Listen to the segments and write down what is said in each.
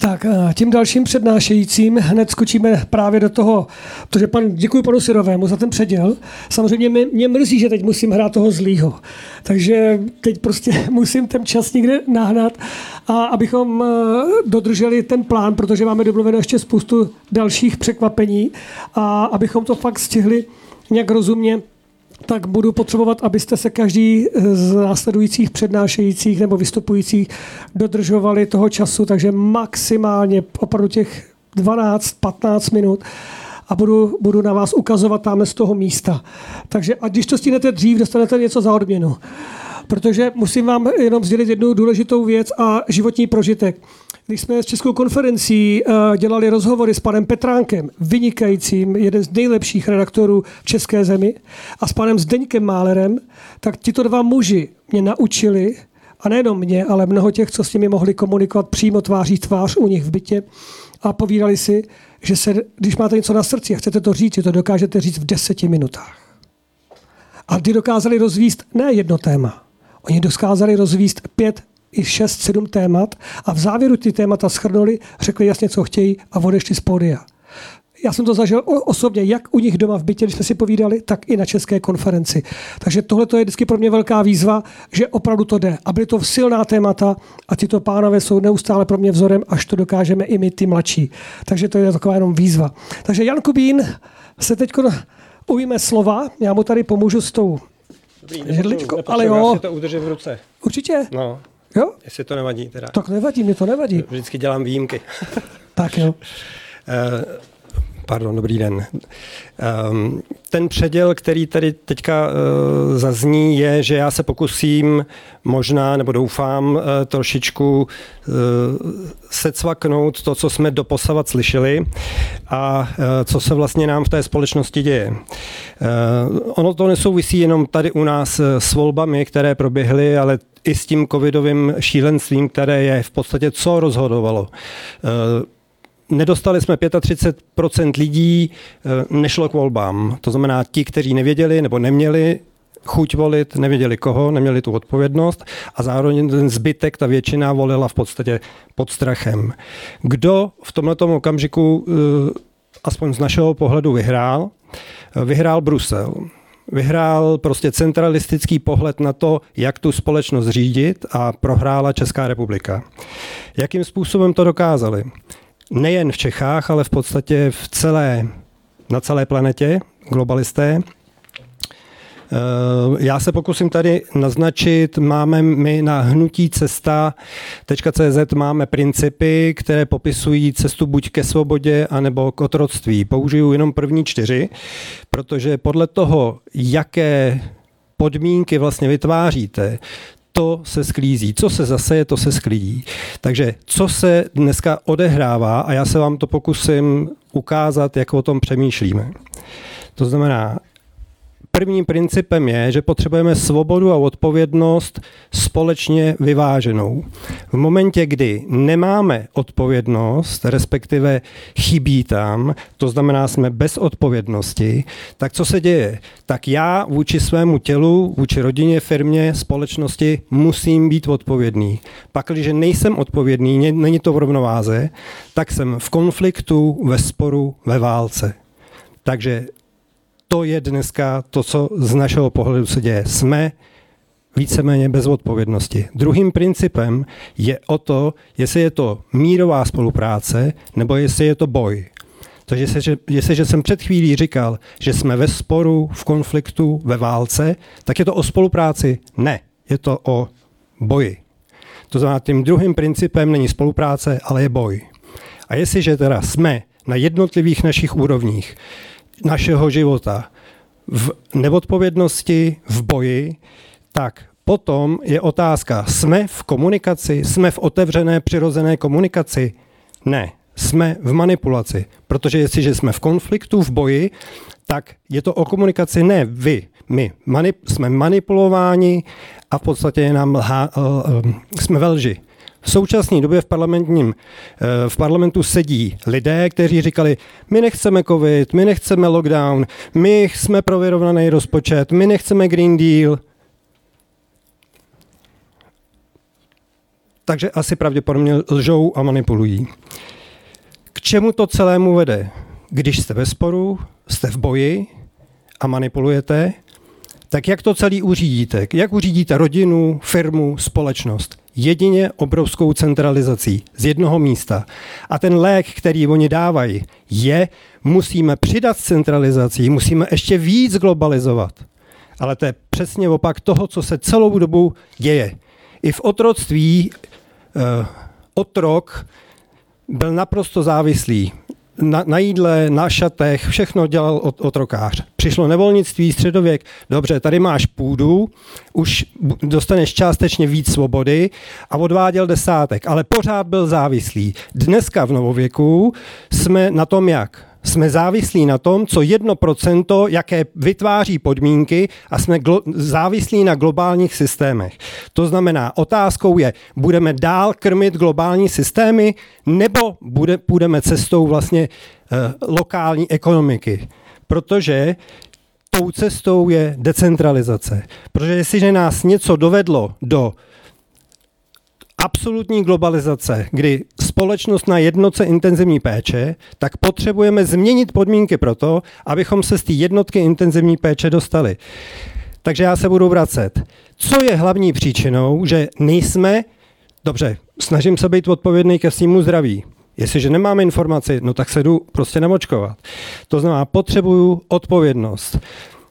Tak tím dalším přednášejícím hned skočíme právě do toho, protože děkuji panu Syrovému za ten předěl. Samozřejmě mě mrzí, že teď musím hrát toho zlýho. Takže teď prostě musím ten čas někde nahnat, a abychom dodrželi ten plán, protože máme domluveno ještě spoustu dalších překvapení, a abychom to fakt stihli nějak rozumně, tak budu potřebovat, abyste se každý z následujících přednášejících nebo vystupujících dodržovali toho času, takže maximálně opravdu těch 12-15 minut a budu na vás ukazovat tamhle z toho místa. Takže a když to stihnete dřív, dostanete něco za odměnu. Protože musím vám jenom sdělit jednu důležitou věc a životní prožitek. Když jsme s Českou konferencí dělali rozhovory s panem Petránkem, vynikajícím, jeden z nejlepších redaktorů v české zemi, a s panem Zdeňkem Málerem, tak tito dva muži mě naučili, a nejenom mě, ale mnoho těch, co s nimi mohli komunikovat přímo tváří tvář u nich v bytě, a povídali si, že když máte něco na srdci a chcete to říct, že to dokážete říct v 10 minutách. A ty dokázali rozvíst ne jedno téma. Oni dokázali rozvíst 5 i 6, 7 témat a v závěru ty témata shrnuli, řekli jasně, co chtějí a odešli z pódia. Já jsem to zažil osobně, jak u nich doma v bytě, když jsme si povídali, tak i na České konferenci. Takže tohle je vždycky pro mě velká výzva, že opravdu to jde. A byly to silná témata a tyto pánové jsou neustále pro mě vzorem, až to dokážeme i my, ty mladší. Takže to je taková jenom výzva. Takže Jan Kubín se teď ujme slova, já mu tady pomůžu s tou židličkou, ale jo. Já si to udržím v ruce. Určitě? No. Jo? Jestli to nevadí teda. Tak nevadí, mě to nevadí. Vždycky dělám výjimky. Tak jo. Pardon, dobrý den. Ten předěl, který tady teďka zazní, je, že já se pokusím možná, nebo doufám, trošičku secvaknout to, co jsme doposavat slyšeli a co se vlastně nám v té společnosti děje. Ono to nesouvisí jenom tady u nás s volbami, které proběhly, ale i s tím covidovým šílenstvím, které je v podstatě co rozhodovalo. Nedostali jsme 35% lidí, nešlo k volbám. To znamená ti, kteří nevěděli nebo neměli chuť volit, nevěděli koho, neměli tu odpovědnost a zároveň ten zbytek, ta většina volila v podstatě pod strachem. Kdo v tomhletom okamžiku, aspoň z našeho pohledu, vyhrál? Vyhrál Brusel. Vyhrál prostě centralistický pohled na to, jak tu společnost řídit, a prohrála Česká republika. Jakým způsobem to dokázali? Nejen v Čechách, ale v podstatě na celé planetě, globalisté. Já se pokusím tady naznačit, máme my na hnutí-cesta.cz máme principy, které popisují cestu buď ke svobodě, anebo k otroctví. Použiju jenom první 4, protože podle toho, jaké podmínky vlastně vytváříte, to se sklízí. Co se zaseje, to se sklidí. Takže co se dneska odehrává, a já se vám to pokusím ukázat, jak o tom přemýšlíme. To znamená, prvním principem je, že potřebujeme svobodu a odpovědnost společně vyváženou. V momentě, kdy nemáme odpovědnost, respektive chybí tam, to znamená, jsme bez odpovědnosti, tak co se děje? Tak já vůči svému tělu, vůči rodině, firmě, společnosti musím být odpovědný. Pakliže nejsem odpovědný, není to v rovnováze, tak jsem v konfliktu, ve sporu, ve válce. Takže to je dneska to, co z našeho pohledu se děje. Jsme víceméně bez odpovědnosti. Druhým principem je o to, jestli je to mírová spolupráce, nebo jestli je to boj. Takže jestliže jsem před chvílí říkal, že jsme ve sporu, v konfliktu, ve válce, tak je to o spolupráci? Ne, je to o boji. To znamená, tím druhým principem není spolupráce, ale je boj. A jestliže teda jsme na jednotlivých našich úrovních našeho života v neodpovědnosti, v boji, tak potom je otázka, jsme v komunikaci, jsme v otevřené, přirozené komunikaci? Ne, jsme v manipulaci, protože jestliže jsme v konfliktu, v boji, tak je to o komunikaci, ne vy, my. Jsme manipulováni a v podstatě jsme ve lži. V současné době v parlamentu sedí lidé, kteří říkali, my nechceme covid, my nechceme lockdown, my jsme pro vyrovnaný rozpočet, my nechceme Green Deal. takže asi pravděpodobně lžou a manipulují. K čemu to celému vede? Když jste ve sporu, jste v boji a manipulujete, tak jak to celý uřídíte? Jak uřídíte rodinu, firmu, společnost? Jedině obrovskou centralizací z jednoho místa. A ten lék, který oni dávají, musíme přidat s centralizací, musíme ještě víc globalizovat. Ale to je přesně opak toho, co se celou dobu děje. I v otroctví otrok byl naprosto závislý. Na jídle, na šatech, všechno dělal otrokář. Přišlo nevolnictví, středověk, dobře, tady máš půdu, už dostaneš částečně víc svobody a odváděl desátek, ale pořád byl závislí. Dneska v novověku jsme na tom jak? Jsme závislí na tom, co 1%, jaké vytváří podmínky a jsme závislí na globálních systémech. To znamená, otázkou je, budeme dál krmit globální systémy nebo půjdeme cestou vlastně lokální ekonomiky. Protože tou cestou je decentralizace. Protože jestliže nás něco dovedlo do absolutní globalizace, kdy společnost na jednotce intenzivní péče, tak potřebujeme změnit podmínky pro to, abychom se z té jednotky intenzivní péče dostali. Takže já se budu vracet. Co je hlavní příčinou, že nejsme, dobře, snažím se být odpovědný ke svému zdraví. Jestliže nemáme informaci, no tak se jdu prostě namočkovat. To znamená, potřebuju odpovědnost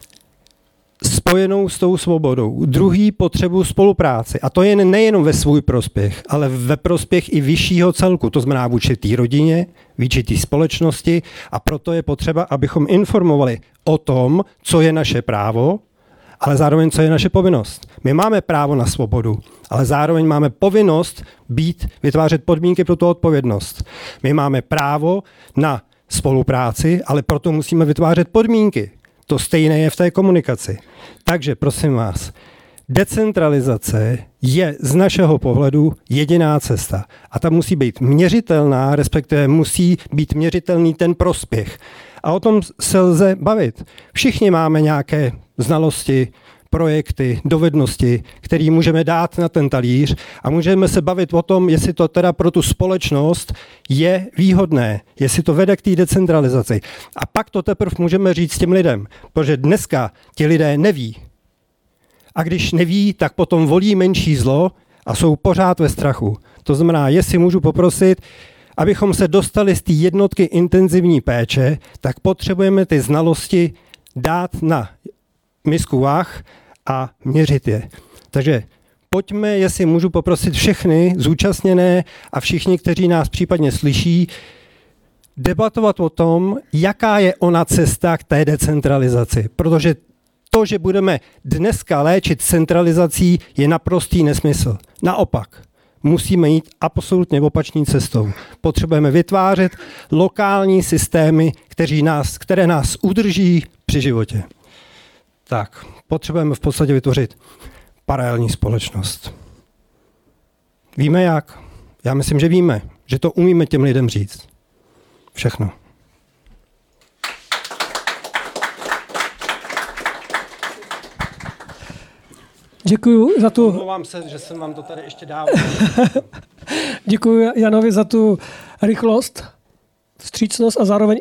spojenou s tou svobodou. Druhý potřebuji spolupráci. A to je nejenom ve svůj prospěch, ale ve prospěch i vyššího celku. To znamená vůči té rodině, vůči té společnosti. A proto je potřeba, abychom informovali o tom, co je naše právo, ale zároveň, co je naše povinnost. My máme právo na svobodu, ale zároveň máme povinnost vytvářet podmínky pro tu odpovědnost. My máme právo na spolupráci, ale proto musíme vytvářet podmínky. To stejné je v té komunikaci. Takže prosím vás, decentralizace je z našeho pohledu jediná cesta. A ta musí být měřitelná, respektive musí být měřitelný ten prospěch. A o tom se lze bavit. Všichni máme nějaké znalosti, projekty, dovednosti, které můžeme dát na ten talíř a můžeme se bavit o tom, jestli to teda pro tu společnost je výhodné, jestli to vede k té decentralizaci. A pak to teprve můžeme říct těm lidem, protože dneska ti lidé neví. A když neví, tak potom volí menší zlo a jsou pořád ve strachu. To znamená, jestli můžu poprosit, abychom se dostali z té jednotky intenzivní péče, tak potřebujeme ty znalosti dát na misku vah a měřit je. Takže pojďme, jestli můžu poprosit všechny zúčastněné a všichni, kteří nás případně slyší, debatovat o tom, jaká je ona cesta k té decentralizaci. Protože to, že budeme dneska léčit centralizací, je naprostý nesmysl. Naopak, musíme jít absolutně opačnou cestou. Potřebujeme vytvářet lokální systémy, které nás udrží při životě. Tak, potřebujeme v podstatě vytvořit paralelní společnost. Víme jak? Já myslím, že víme, že to umíme těm lidem říct. Všechno. Děkuji za tu... Omlouvám se, že jsem vám to tady ještě dával. Děkuji Janovi za tu rychlost, vstřícnost a zároveň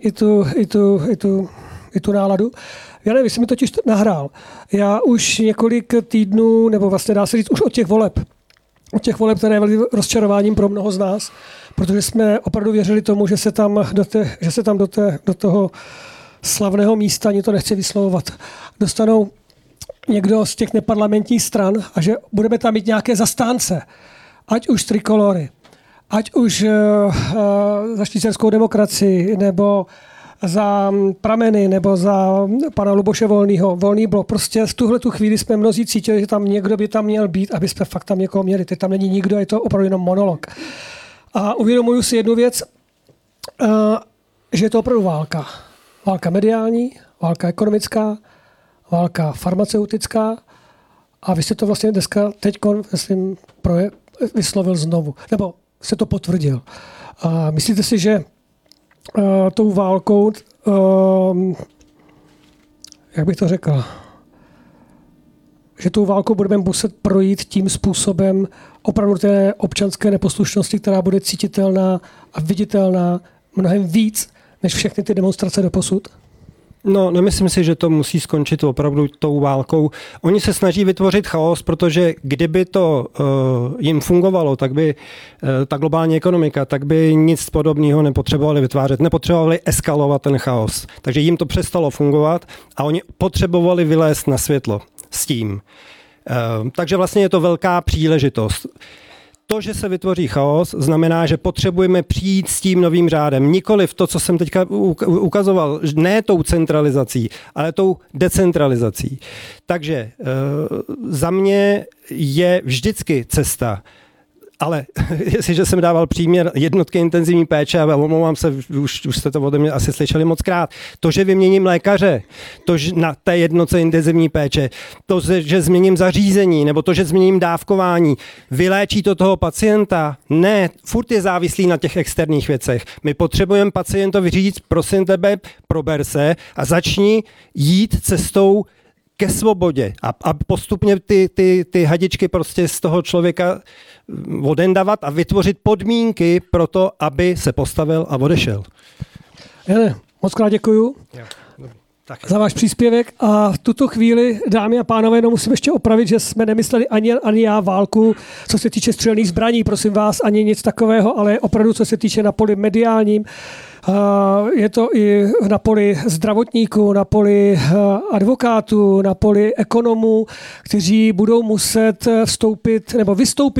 i tu náladu. Jane, vy jsi mi totiž nahrál. Já už několik týdnů, nebo vlastně dá se říct už od těch voleb, které byly rozčarováním pro mnoho z nás, protože jsme opravdu věřili tomu, že se tam do toho slavného místa, ani to nechci vyslovovat, dostanou někdo z těch neparlamentních stran a že budeme tam mít nějaké zastánce, ať už trikolory, ať už za švýcarskou demokracii, nebo za Prameny, nebo za pana Luboše Volného, Volný blok. Prostě v tuhletu chvíli jsme mnozí cítili, že tam někdo by tam měl být, aby jsme fakt tam někoho měli. Teď tam není nikdo, je to opravdu jenom monolog. A uvědomuju si jednu věc, že je to opravdu válka. Válka mediální, válka ekonomická, válka farmaceutická a vy jste to vlastně dneska teďkon vyslovil znovu, nebo se to potvrdil. A myslíte si, že tou válkou, jak bych to řekl, že tou válkou budeme muset projít tím způsobem opravdu té občanské neposlušnosti, která bude cítitelná a viditelná mnohem víc, než všechny ty demonstrace doposud? No, nemyslím si, že to musí skončit opravdu tou válkou. Oni se snaží vytvořit chaos, protože kdyby to jim fungovalo, tak by ta globální ekonomika, tak by nic podobného nepotřebovali vytvářet. Nepotřebovali eskalovat ten chaos. Takže jim to přestalo fungovat a oni potřebovali vylézt na světlo s tím. Takže vlastně je to velká příležitost. To, že se vytvoří chaos, znamená, že potřebujeme přijít s tím novým řádem. Nikoliv to, co jsem teďka ukazoval, ne tou centralizací, ale tou decentralizací. Takže za mě je vždycky cesta. Ale jestliže jsem dával příměr jednotky intenzivní péče, a omlouvám se, už jste to ode mě asi slyšeli moc krát, to, že vyměním lékaře, to, že na té jednotce intenzivní péče, to, že změním zařízení, nebo to, že změním dávkování, vyléčí to toho pacienta? Ne, furt je závislý na těch externích věcech. My potřebujeme pacientovi říct, prosím tebe, prober se a začni jít cestou ke svobodě a postupně ty hadičky prostě z toho člověka odendavat a vytvořit podmínky pro to, aby se postavil a odešel. Jane, moc krát děkuju za váš příspěvek a v tuto chvíli, dámy a pánové, musím ještě opravit, že jsme nemysleli ani já válku, co se týče střelných zbraní, prosím vás, ani nic takového, ale opravdu, co se týče na poli mediálním. Je to i na poli zdravotníků, na poli advokátů, na poli ekonomů, kteří budou muset vystoupit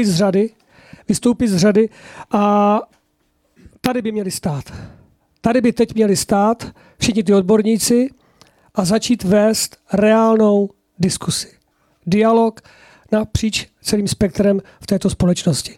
z řady a tady by měli stát. Tady by teď měli stát všichni ty odborníci a začít vést reálnou diskusi. Dialog napříč celým spektrem v této společnosti.